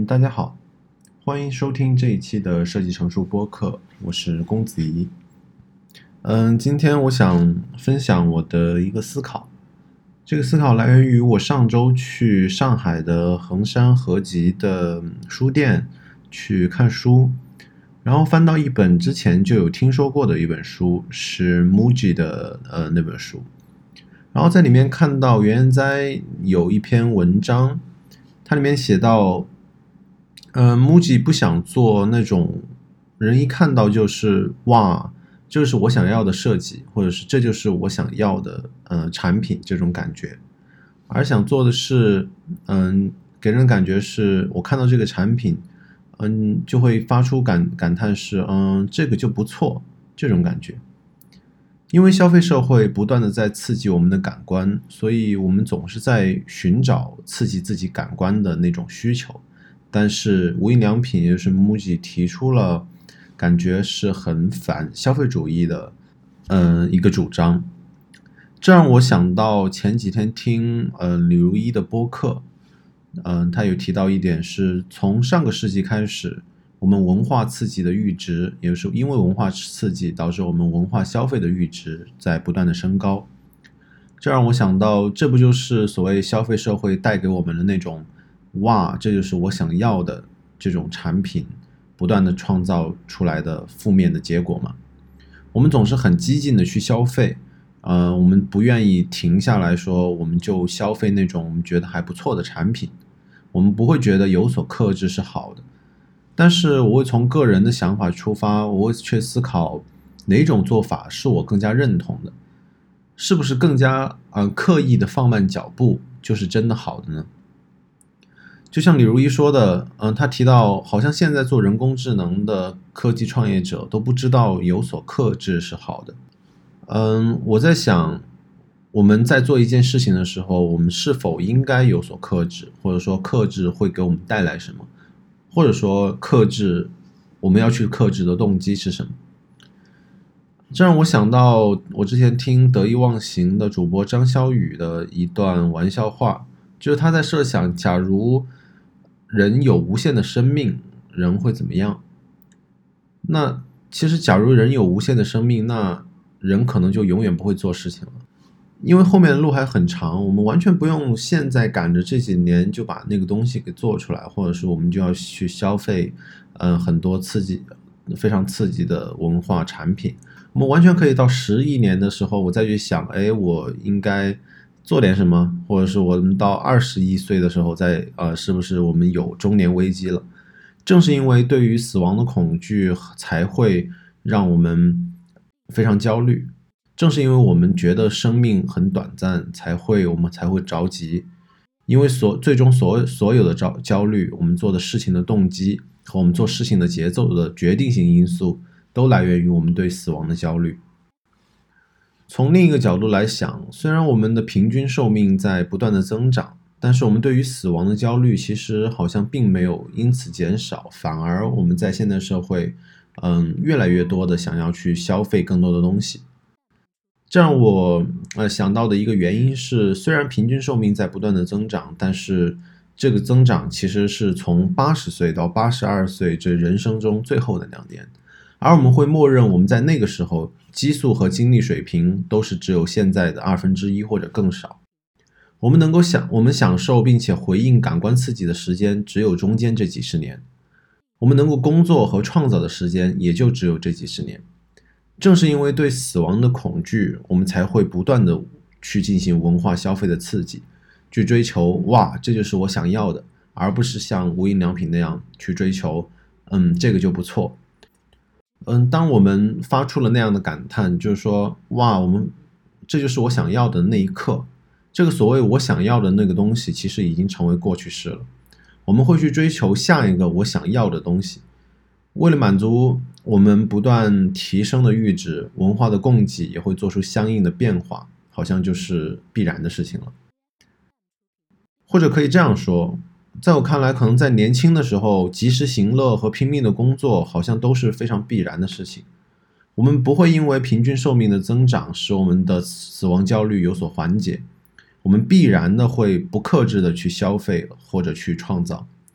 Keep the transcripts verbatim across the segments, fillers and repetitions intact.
大家好，欢迎收听这一期的设计成熟播客，我是公子怡。嗯，今天我想分享我的一个思考，这个思考来源于我上周去上海的衡山合集的书店去看书，然后翻到一本之前就有听说过的一本书，是 Muji 的呃那本书，然后在里面看到袁研哉有一篇文章，它里面写到呃 Muji 不想做那种人一看到就是哇这就是我想要的设计，或者是这就是我想要的呃产品这种感觉，而想做的是嗯给人感觉是我看到这个产品嗯就会发出感感叹是嗯这个就不错这种感觉。因为消费社会不断的在刺激我们的感官，所以我们总是在寻找刺激自己感官的那种需求，但是无印良品也就是 Muji 提出了感觉是很反消费主义的呃一个主张。这让我想到前几天听呃李如一的播客，嗯、呃，他有提到一点是从上个世纪开始，我们文化刺激的阈值，也就是因为文化刺激导致我们文化消费的阈值在不断的升高。这让我想到，这不就是所谓消费社会带给我们的那种哇这就是我想要的这种产品不断的创造出来的负面的结果吗？我们总是很激进的去消费，呃，我们不愿意停下来说我们就消费那种我们觉得还不错的产品，我们不会觉得有所克制是好的。但是我会从个人的想法出发，我会去思考哪种做法是我更加认同的，是不是更加呃刻意的放慢脚步就是真的好的呢？就像李如一说的，嗯、呃，他提到好像现在做人工智能的科技创业者都不知道有所克制是好的。嗯，我在想，我们在做一件事情的时候，我们是否应该有所克制，或者说克制会给我们带来什么，或者说克制我们要去克制的动机是什么？这让我想到我之前听得意忘形的主播张潇雨的一段玩笑话，就是他在设想假如人有无限的生命，人会怎么样？那其实假如人有无限的生命，那人可能就永远不会做事情了，因为后面的路还很长，我们完全不用现在赶着这几年就把那个东西给做出来，或者是我们就要去消费嗯、呃、很多刺激非常刺激的文化产品，我们完全可以到十亿年的时候我再去想，哎，我应该做点什么，或者是我们到二十亿岁的时候再呃是不是我们有中年危机了。正是因为对于死亡的恐惧才会让我们非常焦虑，正是因为我们觉得生命很短暂，才会我们才会着急，因为所最终所所有的焦焦虑，我们做的事情的动机和我们做事情的节奏的决定性因素，都来源于我们对死亡的焦虑。从另一个角度来想，虽然我们的平均寿命在不断的增长，但是我们对于死亡的焦虑其实好像并没有因此减少，反而我们在现代社会嗯，越来越多的想要去消费更多的东西。这让我呃想到的一个原因是，虽然平均寿命在不断的增长，但是这个增长其实是从八十岁到八十二岁这人生中最后的两年，而我们会默认我们在那个时候激素和精力水平都是只有现在的二分之一或者更少。我们能够享我们享受并且回应感官刺激的时间只有中间这几十年，我们能够工作和创造的时间也就只有这几十年。正是因为对死亡的恐惧，我们才会不断的去进行文化消费的刺激，去追求哇这就是我想要的，而不是像无印良品那样去追求嗯这个就不错。嗯，当我们发出了那样的感叹，就是说哇我们这就是我想要的那一刻，这个所谓我想要的那个东西其实已经成为过去式了，我们会去追求下一个我想要的东西。为了满足我们不断提升的阈值，文化的供给也会做出相应的变化，好像就是必然的事情了。或者可以这样说，在我看来，可能在年轻的时候及时行乐和拼命的工作好像都是非常必然的事情，我们不会因为平均寿命的增长使我们的死亡焦虑有所缓解，我们必然的会不克制的去消费或者去创造。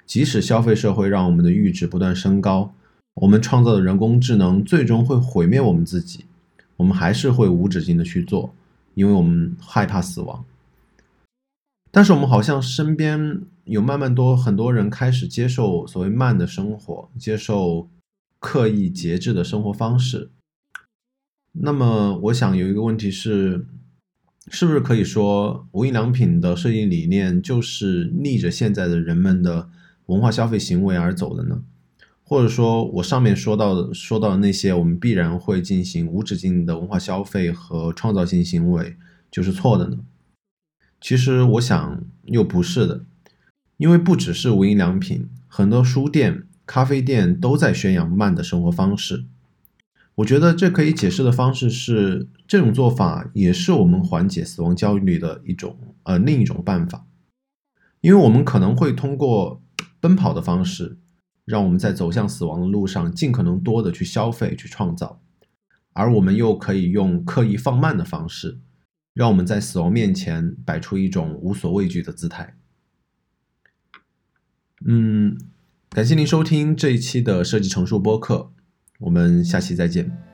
即使消费社会让我们的阈值不断升高，我们创造的人工智能最终会毁灭我们自己，我们还是会无止境的去做，因为我们害怕死亡。但是我们好像身边有慢慢多很多人开始接受所谓慢的生活，接受刻意节制的生活方式。那么我想有一个问题是，是不是可以说无印良品的设计理念就是逆着现在的人们的文化消费行为而走的呢？或者说我上面说到的说到的那些我们必然会进行无止境的文化消费和创造性行为就是错的呢？其实我想又不是的，因为不只是无印良品，很多书店、咖啡店都在宣扬慢的生活方式。我觉得这可以解释的方式是，这种做法也是我们缓解死亡焦虑的一种呃另一种办法。因为我们可能会通过奔跑的方式，让我们在走向死亡的路上尽可能多的去消费、去创造，而我们又可以用刻意放慢的方式，让我们在死亡面前摆出一种无所畏惧的姿态。嗯，感谢您收听这一期的设计成树播客，我们下期再见。